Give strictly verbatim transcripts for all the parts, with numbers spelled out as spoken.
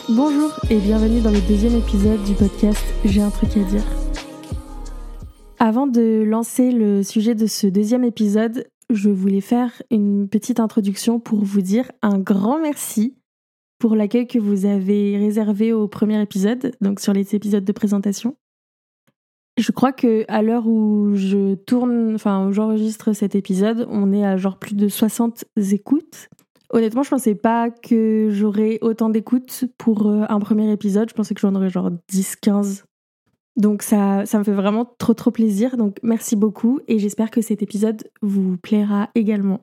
Bonjour et bienvenue dans le deuxième épisode du podcast J'ai un truc à dire. Avant de lancer le sujet de ce deuxième épisode, je voulais faire une petite introduction pour vous dire un grand merci pour l'accueil que vous avez réservé au premier épisode, donc sur les épisodes de présentation. Je crois que à l'heure où je tourne, enfin où j'enregistre cet épisode, on est à genre plus de soixante écoutes. Honnêtement, je pensais pas que j'aurais autant d'écoutes pour un premier épisode. Je pensais que j'en aurais genre dix quinze. Donc ça, ça me fait vraiment trop trop plaisir. Donc merci beaucoup et j'espère que cet épisode vous plaira également.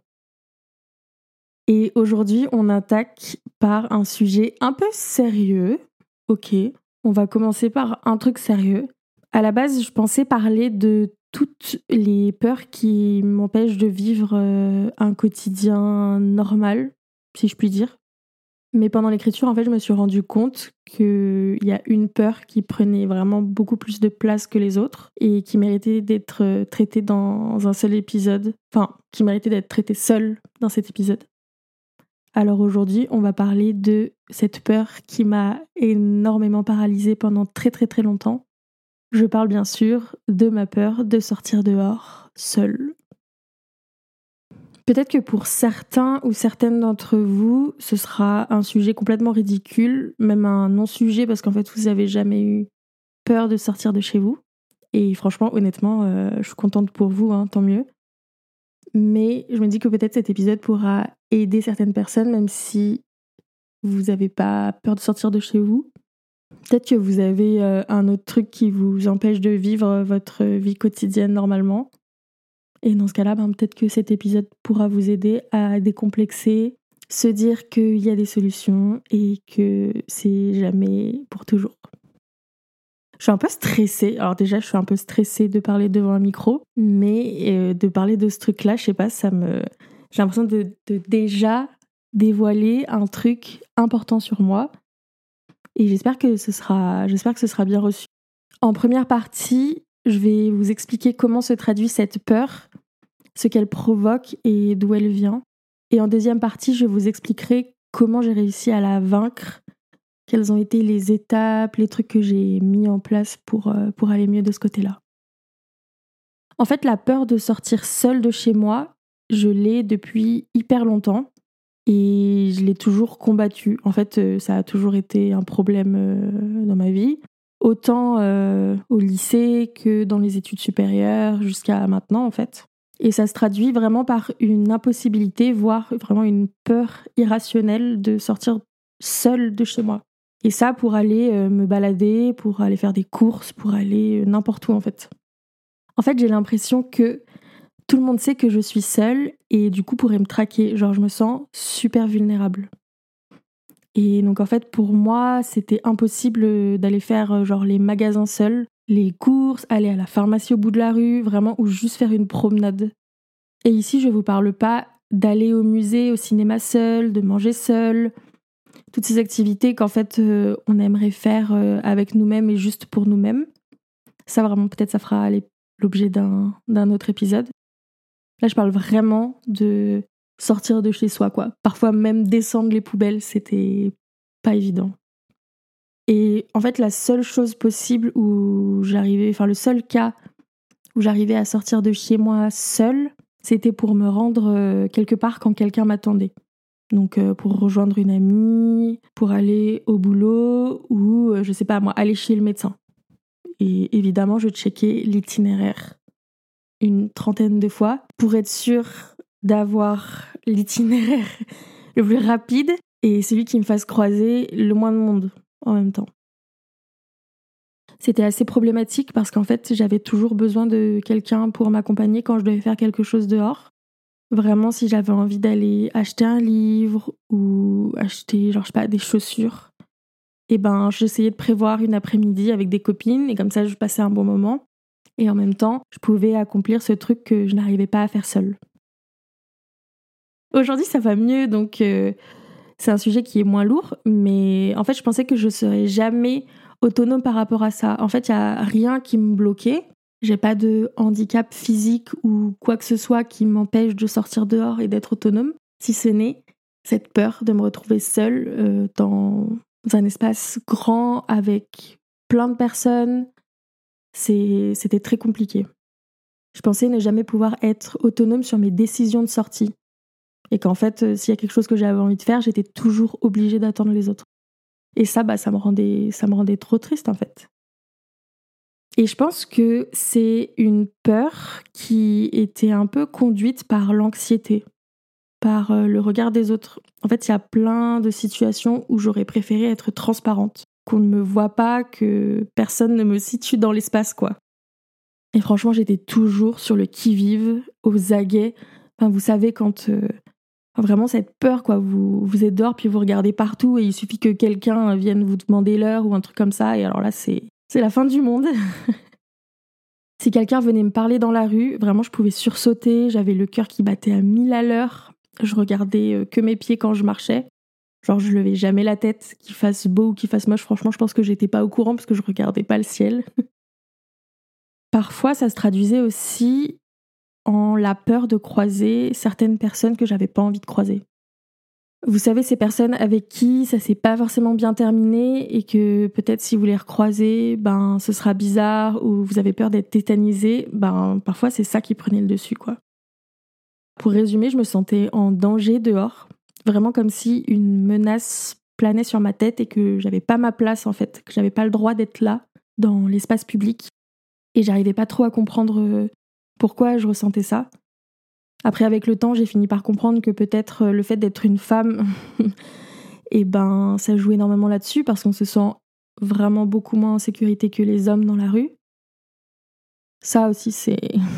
Et aujourd'hui, on attaque par un sujet un peu sérieux. Ok, on va commencer par un truc sérieux. À la base, je pensais parler de toutes les peurs qui m'empêchent de vivre un quotidien normal, si je puis dire. Mais pendant l'écriture, en fait, je me suis rendu compte qu'il y a une peur qui prenait vraiment beaucoup plus de place que les autres et qui méritait d'être traitée dans un seul épisode. Enfin, qui méritait d'être traitée seule dans cet épisode. Alors aujourd'hui, on va parler de cette peur qui m'a énormément paralysée pendant très très très longtemps. Je parle bien sûr de ma peur de sortir dehors seule. Peut-être que pour certains ou certaines d'entre vous, ce sera un sujet complètement ridicule, même un non-sujet parce qu'en fait, vous n'avez jamais eu peur de sortir de chez vous. Et franchement, honnêtement, euh, je suis contente pour vous, hein, tant mieux. Mais je me dis que peut-être cet épisode pourra aider certaines personnes, même si vous n'avez pas peur de sortir de chez vous. Peut-être que vous avez euh, un autre truc qui vous empêche de vivre votre vie quotidienne normalement. Et dans ce cas-là, ben, peut-être que cet épisode pourra vous aider à décomplexer, se dire qu'il y a des solutions et que c'est jamais pour toujours. Je suis un peu stressée. Alors déjà, je suis un peu stressée de parler devant un micro, mais euh, de parler de ce truc-là, je sais pas, ça me... j'ai l'impression de, de déjà dévoiler un truc important sur moi. Et j'espère que ce sera, j'espère que ce sera bien reçu. En première partie, je vais vous expliquer comment se traduit cette peur, ce qu'elle provoque et d'où elle vient. Et en deuxième partie, je vous expliquerai comment j'ai réussi à la vaincre, quelles ont été les étapes, les trucs que j'ai mis en place pour, euh, pour aller mieux de ce côté-là. En fait, la peur de sortir seule de chez moi, je l'ai depuis hyper longtemps. Et je l'ai toujours combattu. En fait, ça a toujours été un problème euh, dans ma vie. Autant euh, au lycée que dans les études supérieures, jusqu'à maintenant, en fait. Et ça se traduit vraiment par une impossibilité, voire vraiment une peur irrationnelle de sortir seule de chez moi. Et ça pour aller euh, me balader, pour aller faire des courses, pour aller euh, n'importe où, en fait. En fait, j'ai l'impression que tout le monde sait que je suis seule et du coup pourrait me traquer. Genre, je me sens super vulnérable. Et donc, en fait, pour moi, c'était impossible d'aller faire genre les magasins seuls, les courses, aller à la pharmacie au bout de la rue, vraiment, ou juste faire une promenade. Et ici, je vous parle pas d'aller au musée, au cinéma seul, de manger seul, toutes ces activités qu'en fait, euh, on aimerait faire euh, avec nous-mêmes et juste pour nous-mêmes. Ça, vraiment, peut-être, ça fera l'objet d'un, d'un autre épisode. Là, je parle vraiment de sortir de chez soi, quoi. Parfois, même descendre les poubelles, c'était pas évident. Et en fait, la seule chose possible où j'arrivais, enfin, le seul cas où j'arrivais à sortir de chez moi seule, c'était pour me rendre quelque part quand quelqu'un m'attendait. Donc, pour rejoindre une amie, pour aller au boulot ou, je sais pas moi, aller chez le médecin. Et évidemment, je checkais l'itinéraire une trentaine de fois pour être sûre d'avoir l'itinéraire le plus rapide et celui qui me fasse croiser le moins de monde en même temps. C'était assez problématique parce qu'en fait, j'avais toujours besoin de quelqu'un pour m'accompagner quand je devais faire quelque chose dehors. Vraiment, si j'avais envie d'aller acheter un livre ou acheter, genre, je sais pas, des chaussures, et ben, j'essayais de prévoir une après-midi avec des copines et comme ça, je passais un bon moment. Et en même temps, je pouvais accomplir ce truc que je n'arrivais pas à faire seule. Aujourd'hui, ça va mieux, donc euh, c'est un sujet qui est moins lourd, mais en fait, je pensais que je serais jamais autonome par rapport à ça. En fait, il n'y a rien qui me bloquait. J'ai pas de handicap physique ou quoi que ce soit qui m'empêche de sortir dehors et d'être autonome, si ce n'est cette peur de me retrouver seule euh, dans dans un espace grand avec plein de personnes. C'est, c'était très compliqué. Je pensais ne jamais pouvoir être autonome sur mes décisions de sortie. Et qu'en fait, euh, s'il y a quelque chose que j'avais envie de faire, j'étais toujours obligée d'attendre les autres. Et ça, bah, ça me rendait, ça me rendait trop triste, en fait. Et je pense que c'est une peur qui était un peu conduite par l'anxiété, par euh, le regard des autres. En fait, il y a plein de situations où j'aurais préféré être transparente, qu'on ne me voit pas, que personne ne me situe dans l'espace, quoi. Et franchement, j'étais toujours sur le qui-vive, aux aguets. Enfin, vous savez, quand... Euh, vraiment, cette peur, quoi. Vous, vous êtes dehors, puis vous regardez partout, et il suffit que quelqu'un vienne vous demander l'heure ou un truc comme ça, et alors là, c'est, c'est la fin du monde. Si quelqu'un venait me parler dans la rue, vraiment, je pouvais sursauter, j'avais le cœur qui battait à mille à l'heure, je regardais que mes pieds quand je marchais. Genre, je levais jamais la tête, qu'il fasse beau ou qu'il fasse moche. Franchement, je pense que j'étais pas au courant parce que je regardais pas le ciel. Parfois, ça se traduisait aussi en la peur de croiser certaines personnes que j'avais pas envie de croiser. Vous savez, ces personnes avec qui ça s'est pas forcément bien terminé et que peut-être si vous les recroisez, ben, ce sera bizarre ou vous avez peur d'être tétanisé, ben, parfois c'est ça qui prenait le dessus, quoi. Pour résumer, je me sentais en danger dehors, vraiment comme si une menace planait sur ma tête et que j'avais pas ma place, en fait, que j'avais pas le droit d'être là, dans l'espace public. Et j'arrivais pas trop à comprendre pourquoi je ressentais ça. Après, avec le temps, j'ai fini par comprendre que peut-être le fait d'être une femme, et ben, ça joue énormément là-dessus parce qu'on se sent vraiment beaucoup moins en sécurité que les hommes dans la rue. Ça aussi, c'est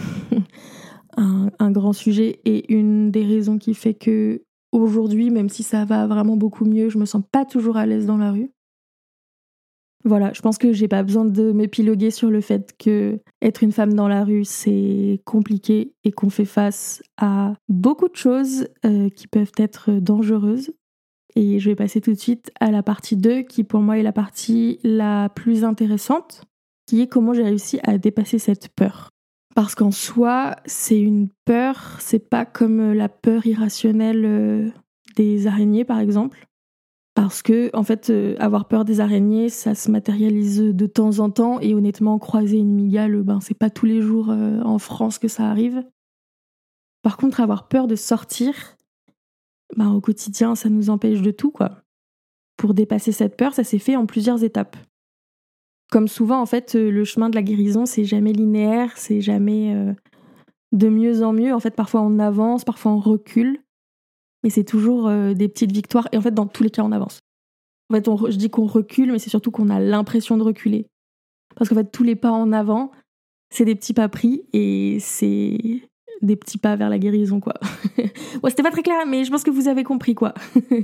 un, un grand sujet et une des raisons qui fait que aujourd'hui, même si ça va vraiment beaucoup mieux, je me sens pas toujours à l'aise dans la rue. Voilà, je pense que j'ai pas besoin de m'épiloguer sur le fait que être une femme dans la rue, c'est compliqué et qu'on fait face à beaucoup de choses euh, qui peuvent être dangereuses. Et je vais passer tout de suite à la partie deux, qui pour moi est la partie la plus intéressante, qui est comment j'ai réussi à dépasser cette peur. Parce qu'en soi, c'est une peur, c'est pas comme la peur irrationnelle des araignées par exemple. Parce que, en fait, euh, avoir peur des araignées, ça se matérialise de temps en temps. Et honnêtement, croiser une mygale, ben, c'est pas tous les jours euh, en France que ça arrive. Par contre, avoir peur de sortir, ben, au quotidien, ça nous empêche de tout, quoi. Pour dépasser cette peur, ça s'est fait en plusieurs étapes. Comme souvent, en fait, euh, le chemin de la guérison, c'est jamais linéaire, c'est jamais euh, de mieux en mieux. En fait, parfois on avance, parfois on recule. Mais c'est toujours euh, des petites victoires. Et en fait, dans tous les cas, on avance. En fait, on, je dis qu'on recule, mais c'est surtout qu'on a l'impression de reculer. Parce qu'en fait, tous les pas en avant, c'est des petits pas pris et c'est des petits pas vers la guérison, quoi. Ouais, c'était pas très clair, mais je pense que vous avez compris, quoi.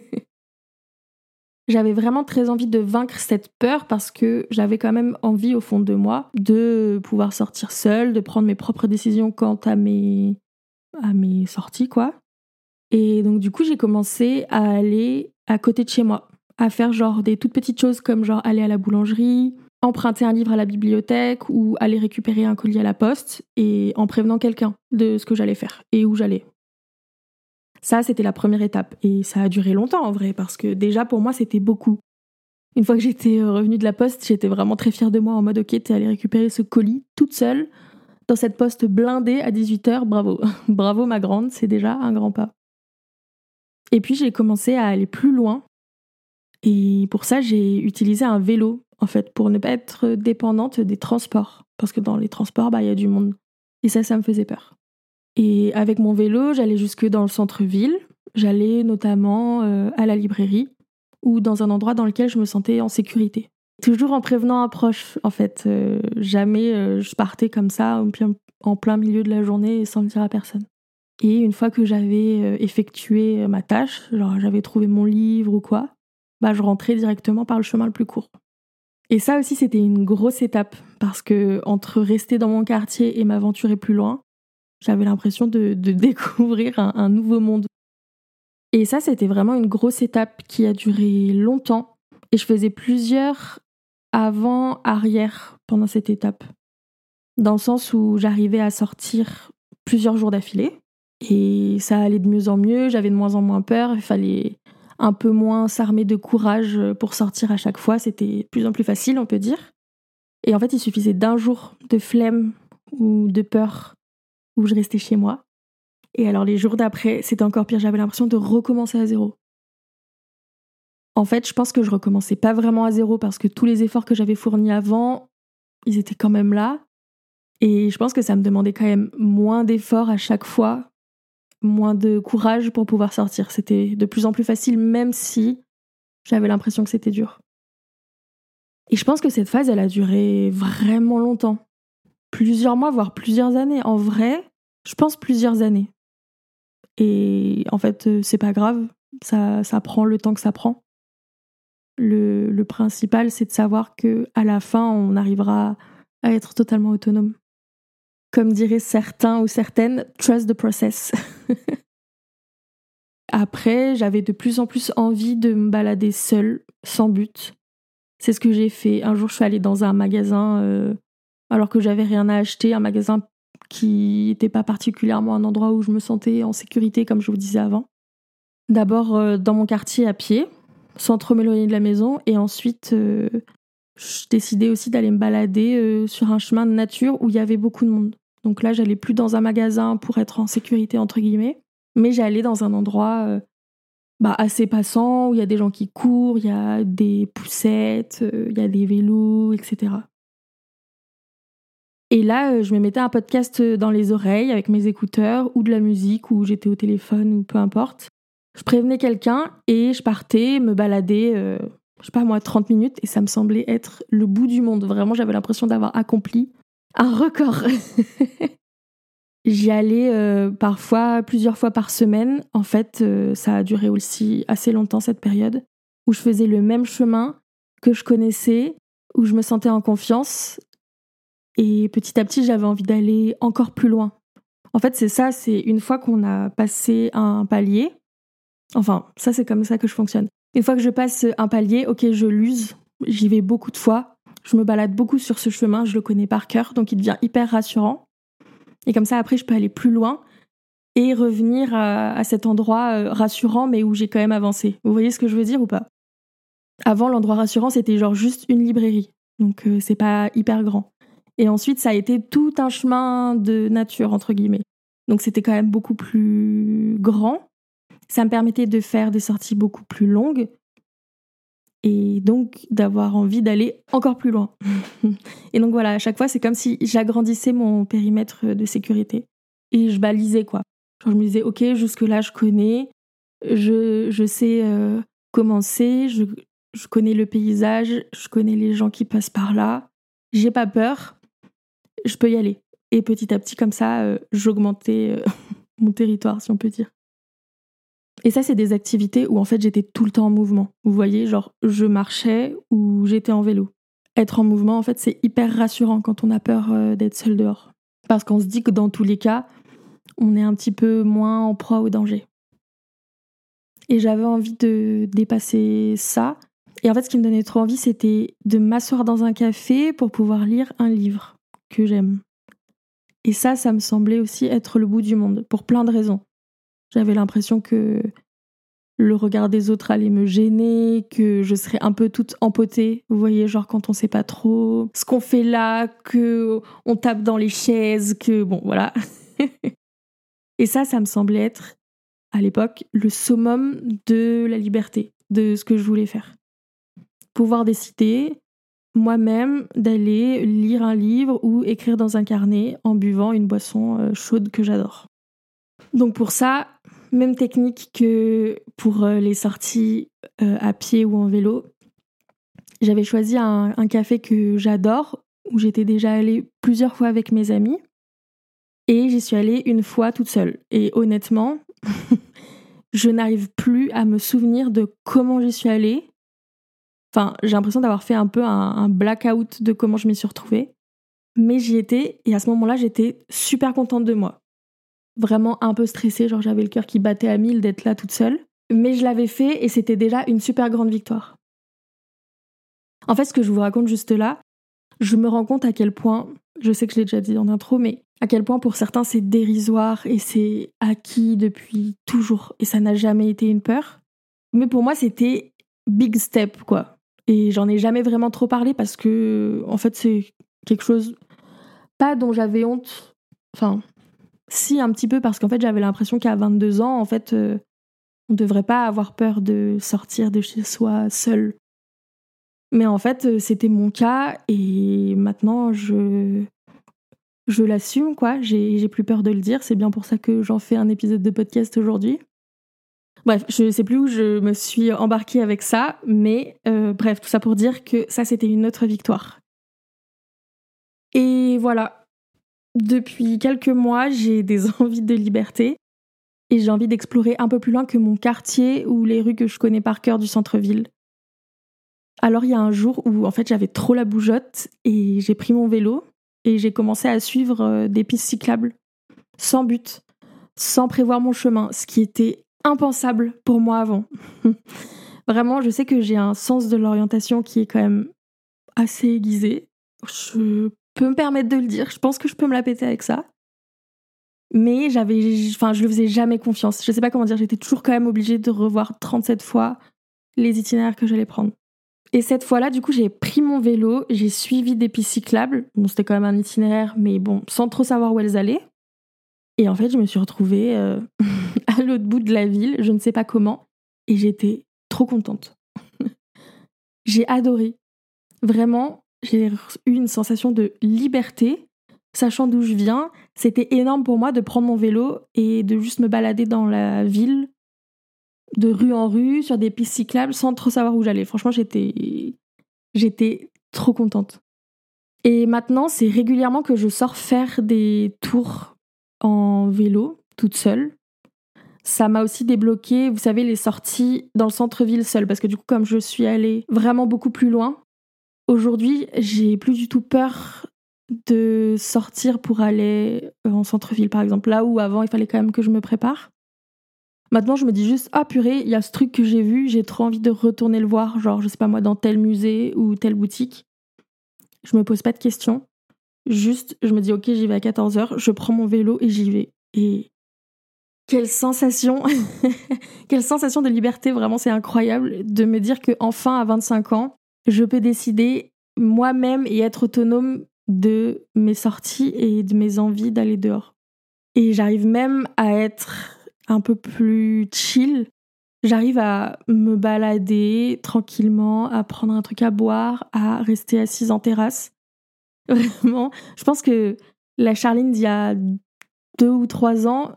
J'avais vraiment très envie de vaincre cette peur parce que j'avais quand même envie, au fond de moi, de pouvoir sortir seule, de prendre mes propres décisions quant à mes, à mes sorties, quoi. Et donc, du coup, j'ai commencé à aller à côté de chez moi, à faire genre des toutes petites choses comme genre aller à la boulangerie, emprunter un livre à la bibliothèque ou aller récupérer un colis à la poste et en prévenant quelqu'un de ce que j'allais faire et où j'allais. Ça, c'était la première étape et ça a duré longtemps en vrai parce que déjà pour moi, c'était beaucoup. Une fois que j'étais revenue de la poste, j'étais vraiment très fière de moi en mode ok, t'es allée récupérer ce colis toute seule dans cette poste blindée à dix-huit heures, bravo. Bravo ma grande, c'est déjà un grand pas. Et puis j'ai commencé à aller plus loin et pour ça j'ai utilisé un vélo en fait pour ne pas être dépendante des transports parce que dans les transports bah il y a du monde et ça ça me faisait peur. Et avec mon vélo j'allais jusque dans le centre-ville, j'allais notamment euh, à la librairie ou dans un endroit dans lequel je me sentais en sécurité. Toujours en prévenant un proche en fait, euh, jamais euh, je partais comme ça en plein, en plein milieu de la journée sans le dire à personne. Et une fois que j'avais effectué ma tâche, genre j'avais trouvé mon livre ou quoi, bah je rentrais directement par le chemin le plus court. Et ça aussi c'était une grosse étape parce que entre rester dans mon quartier et m'aventurer plus loin, j'avais l'impression de, de découvrir un, un nouveau monde. Et ça c'était vraiment une grosse étape qui a duré longtemps et je faisais plusieurs avant-arrière pendant cette étape. Dans le sens où j'arrivais à sortir plusieurs jours d'affilée. Et ça allait de mieux en mieux, j'avais de moins en moins peur, il fallait un peu moins s'armer de courage pour sortir à chaque fois. C'était de plus en plus facile, on peut dire. Et en fait, il suffisait d'un jour de flemme ou de peur où je restais chez moi. Et alors les jours d'après, c'était encore pire. J'avais l'impression de recommencer à zéro. En fait, je pense que je recommençais pas vraiment à zéro parce que tous les efforts que j'avais fournis avant, ils étaient quand même là. Et je pense que ça me demandait quand même moins d'efforts à chaque fois, moins de courage pour pouvoir sortir. C'était de plus en plus facile, même si j'avais l'impression que c'était dur. Et je pense que cette phase, elle a duré vraiment longtemps. Plusieurs mois, voire plusieurs années. En vrai, je pense plusieurs années. Et en fait, c'est pas grave. Ça, ça prend le temps que ça prend. Le, le principal, c'est de savoir qu'à la fin, on arrivera à être totalement autonome. Comme diraient certains ou certaines, trust the process. Après, j'avais de plus en plus envie de me balader seule, sans but. C'est ce que j'ai fait. Un jour, je suis allée dans un magasin, euh, alors que j'avais rien à acheter, un magasin qui n'était pas particulièrement un endroit où je me sentais en sécurité, comme je vous disais avant. D'abord euh, dans mon quartier à pied, sans trop m'éloigner de la maison, et ensuite, euh, je décidais aussi d'aller me balader euh, sur un chemin de nature où il y avait beaucoup de monde. Donc là, j'allais plus dans un magasin pour être en sécurité, entre guillemets, mais j'allais dans un endroit euh, bah, assez passant, où il y a des gens qui courent, il y a des poussettes, euh, il y a des vélos, et cetera. Et là, euh, je me mettais un podcast dans les oreilles avec mes écouteurs, ou de la musique, ou j'étais au téléphone, ou peu importe. Je prévenais quelqu'un et je partais me balader, euh, je sais pas moi, trente minutes, et ça me semblait être le bout du monde. Vraiment, j'avais l'impression d'avoir accompli un record. J'y allais euh, parfois, plusieurs fois par semaine. En fait, euh, ça a duré aussi assez longtemps, cette période, où je faisais le même chemin que je connaissais, où je me sentais en confiance. Et petit à petit, j'avais envie d'aller encore plus loin. En fait, c'est ça, c'est une fois qu'on a passé un palier, enfin, ça, c'est comme ça que je fonctionne. Une fois que je passe un palier, ok, je l'use, j'y vais beaucoup de fois, je me balade beaucoup sur ce chemin, je le connais par cœur, donc il devient hyper rassurant. Et comme ça, après, je peux aller plus loin et revenir à, à cet endroit euh, rassurant, mais où j'ai quand même avancé. Vous voyez ce que je veux dire ou pas ? Avant, l'endroit rassurant, c'était genre juste une librairie, donc euh, c'est pas hyper grand. Et ensuite, ça a été tout un chemin de nature, entre guillemets. Donc c'était quand même beaucoup plus grand. Ça me permettait de faire des sorties beaucoup plus longues et donc d'avoir envie d'aller encore plus loin. Et donc voilà, à chaque fois, c'est comme si j'agrandissais mon périmètre de sécurité et je balisais, quoi. Genre, je me disais, ok, jusque-là, je connais, je, je sais euh, comment c'est, je, je connais le paysage, je connais les gens qui passent par là, j'ai pas peur, je peux y aller. Et petit à petit, comme ça, euh, j'augmentais euh, mon territoire, si on peut dire. Et ça, c'est des activités où en fait j'étais tout le temps en mouvement. Vous voyez, genre je marchais ou j'étais en vélo. Être en mouvement, en fait, c'est hyper rassurant quand on a peur euh, d'être seul dehors. Parce qu'on se dit que dans tous les cas, on est un petit peu moins en proie au danger. Et j'avais envie de dépasser ça. Et en fait, ce qui me donnait trop envie, c'était de m'asseoir dans un café pour pouvoir lire un livre que j'aime. Et ça, ça me semblait aussi être le bout du monde, pour plein de raisons. J'avais l'impression que le regard des autres allait me gêner, que je serais un peu toute empotée. Vous voyez, genre quand on sait pas trop ce qu'on fait là, que on tape dans les chaises, que bon, voilà. Et ça, ça me semblait être, à l'époque, le summum de la liberté, de ce que je voulais faire. Pouvoir décider moi-même d'aller lire un livre ou écrire dans un carnet en buvant une boisson chaude que j'adore. Donc pour ça, même technique que pour les sorties à pied ou en vélo. J'avais choisi un, un café que j'adore, où j'étais déjà allée plusieurs fois avec mes amis. Et j'y suis allée une fois toute seule. Et honnêtement, je n'arrive plus à me souvenir de comment j'y suis allée. Enfin, j'ai l'impression d'avoir fait un peu un, un blackout de comment je m'y suis retrouvée. Mais j'y étais, et à ce moment-là, j'étais super contente de moi. Vraiment un peu stressée, genre j'avais le cœur qui battait à mille d'être là toute seule. Mais je l'avais fait et c'était déjà une super grande victoire. En fait, ce que je vous raconte juste là, je me rends compte à quel point, je sais que je l'ai déjà dit en intro, mais à quel point pour certains c'est dérisoire et c'est acquis depuis toujours et ça n'a jamais été une peur. Mais pour moi, c'était big step, quoi. Et j'en ai jamais vraiment trop parlé parce que, en fait, c'est quelque chose, pas dont j'avais honte. Enfin, si, un petit peu, parce qu'en fait, j'avais l'impression qu'à vingt-deux ans, en fait, euh, on devrait pas avoir peur de sortir de chez soi seul. Mais en fait, euh, c'était mon cas et maintenant, je, je l'assume, quoi. J'ai, j'ai plus peur de le dire. C'est bien pour ça que j'en fais un épisode de podcast aujourd'hui. Bref, je sais plus où je me suis embarquée avec ça, mais euh, bref, tout ça pour dire que ça, c'était une autre victoire. Et voilà, depuis quelques mois, j'ai des envies de liberté et j'ai envie d'explorer un peu plus loin que mon quartier ou les rues que je connais par cœur du centre-ville. Alors il y a un jour où en fait j'avais trop la bougeotte et j'ai pris mon vélo et j'ai commencé à suivre euh, des pistes cyclables sans but, sans prévoir mon chemin, ce qui était impensable pour moi avant. Vraiment, je sais que j'ai un sens de l'orientation qui est quand même assez aiguisé. Je peux me permettre de le dire, je pense que je peux me la péter avec ça. Mais j'avais, enfin, je le faisais jamais confiance. Je sais pas comment dire, j'étais toujours quand même obligée de revoir trente-sept fois les itinéraires que j'allais prendre. Et cette fois-là, du coup, j'ai pris mon vélo, j'ai suivi des pistes cyclables. Bon, c'était quand même un itinéraire, mais bon, sans trop savoir où elles allaient. Et en fait, je me suis retrouvée euh, à l'autre bout de la ville, je ne sais pas comment, et j'étais trop contente. J'ai adoré. Vraiment, j'ai eu une sensation de liberté, sachant d'où je viens. C'était énorme pour moi de prendre mon vélo et de juste me balader dans la ville, de rue en rue, sur des pistes cyclables, sans trop savoir où j'allais. Franchement, j'étais, j'étais trop contente. Et maintenant, c'est régulièrement que je sors faire des tours en vélo, toute seule. Ça m'a aussi débloqué, vous savez, les sorties dans le centre-ville seule, parce que du coup, comme je suis allée vraiment beaucoup plus loin, aujourd'hui, j'ai plus du tout peur de sortir pour aller en centre-ville, par exemple. Là où avant, il fallait quand même que je me prépare. Maintenant, je me dis juste, ah purée, il y a ce truc que j'ai vu, j'ai trop envie de retourner le voir, genre, je sais pas moi, dans tel musée ou telle boutique. Je me pose pas de questions. Juste, je me dis, ok, j'y vais à quatorze heures, je prends mon vélo et j'y vais. Et quelle sensation quelle sensation de liberté, vraiment, c'est incroyable de me dire qu'enfin, à vingt-cinq ans, je peux décider moi-même et être autonome de mes sorties et de mes envies d'aller dehors. Et j'arrive même à être un peu plus chill. J'arrive à me balader tranquillement, à prendre un truc à boire, à rester assise en terrasse. Vraiment, je pense que la Charline d'il y a deux ou trois ans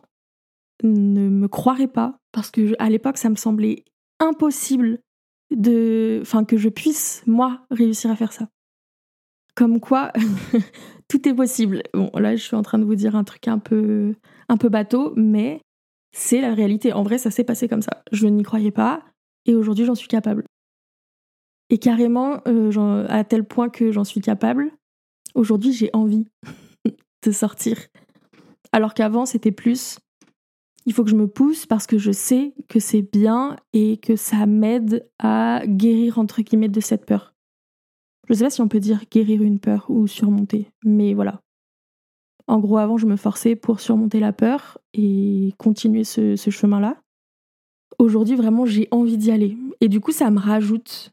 ne me croirait pas, parce que à l'époque, ça me semblait impossible de, enfin, que je puisse, moi, réussir à faire ça. Comme quoi, tout est possible. Bon, là, je suis en train de vous dire un truc un peu, un peu bateau, mais c'est la réalité. En vrai, ça s'est passé comme ça. Je n'y croyais pas, et aujourd'hui, j'en suis capable. Et carrément, euh, à tel point que j'en suis capable, aujourd'hui, j'ai envie de sortir. Alors qu'avant, c'était plus, il faut que je me pousse parce que je sais que c'est bien et que ça m'aide à guérir, entre guillemets, de cette peur. Je sais pas si on peut dire guérir une peur ou surmonter, mais voilà. En gros, avant, je me forçais pour surmonter la peur et continuer ce, ce chemin-là. Aujourd'hui, vraiment, j'ai envie d'y aller. Et du coup, ça me rajoute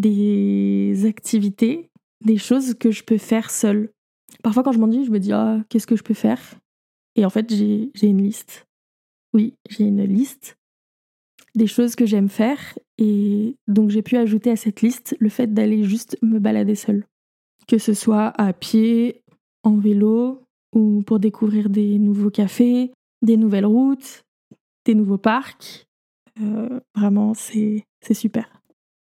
des activités, des choses que je peux faire seule. Parfois, quand je m'ennuie, je me dis ah, « qu'est-ce que je peux faire ?» Et en fait, j'ai, j'ai une liste. Oui, j'ai une liste des choses que j'aime faire. Et donc, j'ai pu ajouter à cette liste le fait d'aller juste me balader seule. Que ce soit à pied, en vélo, ou pour découvrir des nouveaux cafés, des nouvelles routes, des nouveaux parcs. Euh, vraiment, c'est, c'est super.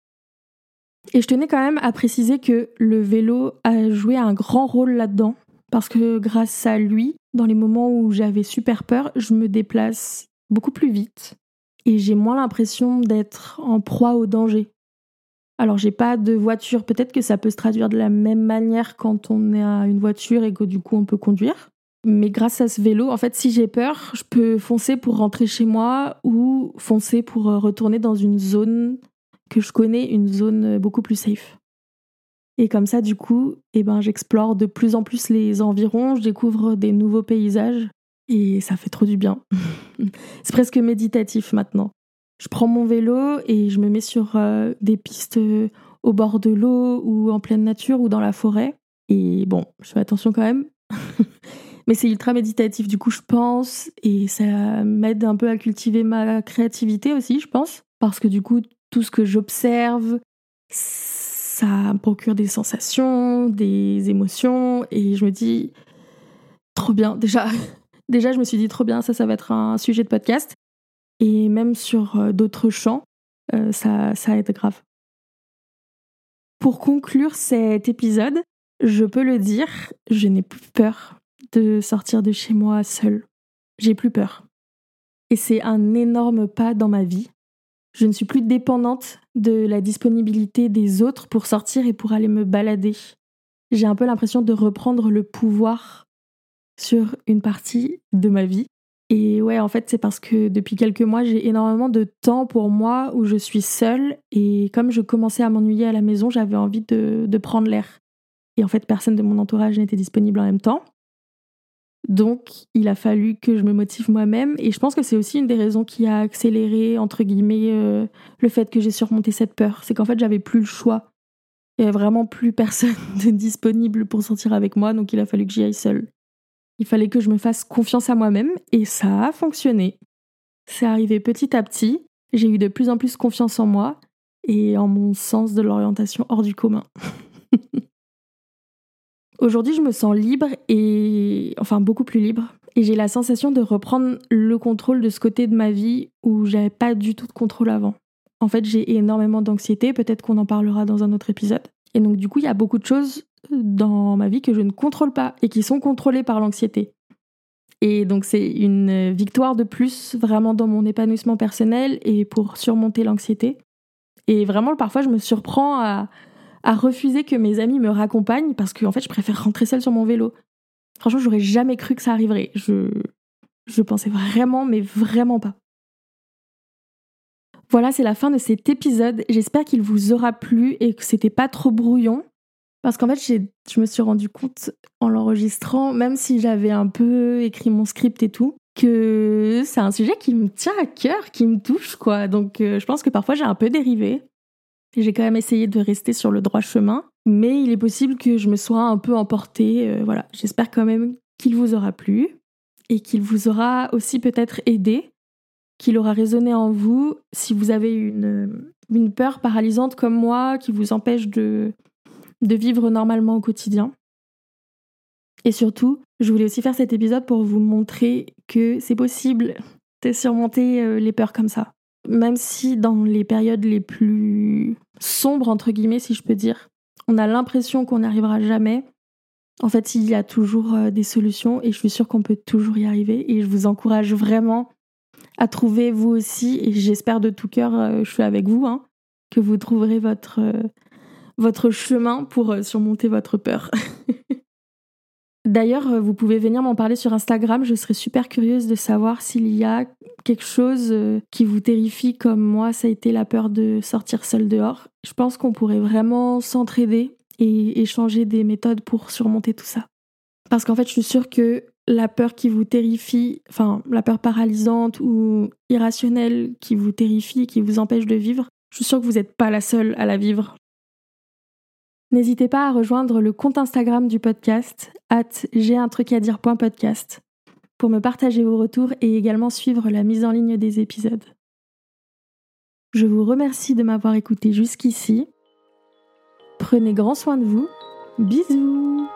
Et je tenais quand même à préciser que le vélo a joué un grand rôle là-dedans. Parce que grâce à lui, dans les moments où j'avais super peur, je me déplace beaucoup plus vite. Et j'ai moins l'impression d'être en proie au danger. Alors, j'ai pas de voiture. Peut-être que ça peut se traduire de la même manière quand on a une voiture et que du coup, on peut conduire. Mais grâce à ce vélo, en fait, si j'ai peur, je peux foncer pour rentrer chez moi ou foncer pour retourner dans une zone que je connais, une zone beaucoup plus safe. Et comme ça, du coup, eh ben, j'explore de plus en plus les environs, je découvre des nouveaux paysages et ça fait trop du bien. C'est presque méditatif maintenant. Je prends mon vélo et je me mets sur euh, des pistes euh, au bord de l'eau ou en pleine nature ou dans la forêt. Et bon, je fais attention quand même. Mais c'est ultra méditatif, du coup je pense, et ça m'aide un peu à cultiver ma créativité aussi, je pense. Parce que du coup, tout ce que j'observe, ça me procure des sensations, des émotions, et je me dis, trop bien, déjà, déjà je me suis dit trop bien, ça, ça va être un sujet de podcast. Et même sur euh, d'autres champs, euh, ça, ça aide grave. Pour conclure cet épisode, je peux le dire, je n'ai plus peur de sortir de chez moi seule. J'ai plus peur. Et c'est un énorme pas dans ma vie. Je ne suis plus dépendante de la disponibilité des autres pour sortir et pour aller me balader. J'ai un peu l'impression de reprendre le pouvoir sur une partie de ma vie. Et ouais, en fait, c'est parce que depuis quelques mois, j'ai énormément de temps pour moi où je suis seule. Et comme je commençais à m'ennuyer à la maison, j'avais envie de, de prendre l'air. Et en fait, personne de mon entourage n'était disponible en même temps. Donc, il a fallu que je me motive moi-même. Et je pense que c'est aussi une des raisons qui a accéléré, entre guillemets, euh, le fait que j'ai surmonté cette peur. C'est qu'en fait, j'avais plus le choix. Il n'y avait vraiment plus personne de disponible pour sortir avec moi. Donc, il a fallu que j'y aille seule. Il fallait que je me fasse confiance à moi-même. Et ça a fonctionné. C'est arrivé petit à petit. J'ai eu de plus en plus confiance en moi et en mon sens de l'orientation hors du commun. Aujourd'hui, je me sens libre et... enfin, beaucoup plus libre. Et j'ai la sensation de reprendre le contrôle de ce côté de ma vie où j'avais pas du tout de contrôle avant. En fait, j'ai énormément d'anxiété, peut-être qu'on en parlera dans un autre épisode. Et donc, du coup, il y a beaucoup de choses dans ma vie que je ne contrôle pas et qui sont contrôlées par l'anxiété. Et donc, c'est une victoire de plus vraiment dans mon épanouissement personnel et pour surmonter l'anxiété. Et vraiment, parfois, je me surprends à... à refuser que mes amis me raccompagnent parce que en fait, je préfère rentrer seule sur mon vélo. Franchement, j'aurais jamais cru que ça arriverait. Je, je pensais vraiment, mais vraiment pas. Voilà, c'est la fin de cet épisode. J'espère qu'il vous aura plu et que c'était pas trop brouillon. Parce qu'en fait, j'ai, je me suis rendu compte en l'enregistrant, même si j'avais un peu écrit mon script et tout, que c'est un sujet qui me tient à cœur, qui me touche, quoi. Donc, euh, je pense que parfois, j'ai un peu dérivé. J'ai quand même essayé de rester sur le droit chemin, mais il est possible que je me sois un peu emportée. Euh, voilà, j'espère quand même qu'il vous aura plu et qu'il vous aura aussi peut-être aidé, qu'il aura résonné en vous si vous avez une, une peur paralysante comme moi qui vous empêche de, de vivre normalement au quotidien. Et surtout, je voulais aussi faire cet épisode pour vous montrer que c'est possible de surmonter les peurs comme ça. Même si dans les périodes les plus sombres, entre guillemets, si je peux dire, on a l'impression qu'on n'y arrivera jamais, en fait, il y a toujours des solutions et je suis sûre qu'on peut toujours y arriver. Et je vous encourage vraiment à trouver vous aussi, et j'espère de tout cœur, je suis avec vous, hein, que vous trouverez votre, votre chemin pour surmonter votre peur. D'ailleurs, vous pouvez venir m'en parler sur Instagram, je serais super curieuse de savoir s'il y a quelque chose qui vous terrifie comme moi, ça a été la peur de sortir seule dehors. Je pense qu'on pourrait vraiment s'entraider et échanger des méthodes pour surmonter tout ça. Parce qu'en fait, je suis sûre que la peur qui vous terrifie, enfin la peur paralysante ou irrationnelle qui vous terrifie, qui vous empêche de vivre, je suis sûre que vous n'êtes pas la seule à la vivre. N'hésitez pas à rejoindre le compte Instagram du podcast, arobase j'ai un truc à dire point podcast, pour me partager vos retours et également suivre la mise en ligne des épisodes. Je vous remercie de m'avoir écouté jusqu'ici. Prenez grand soin de vous. Bisous!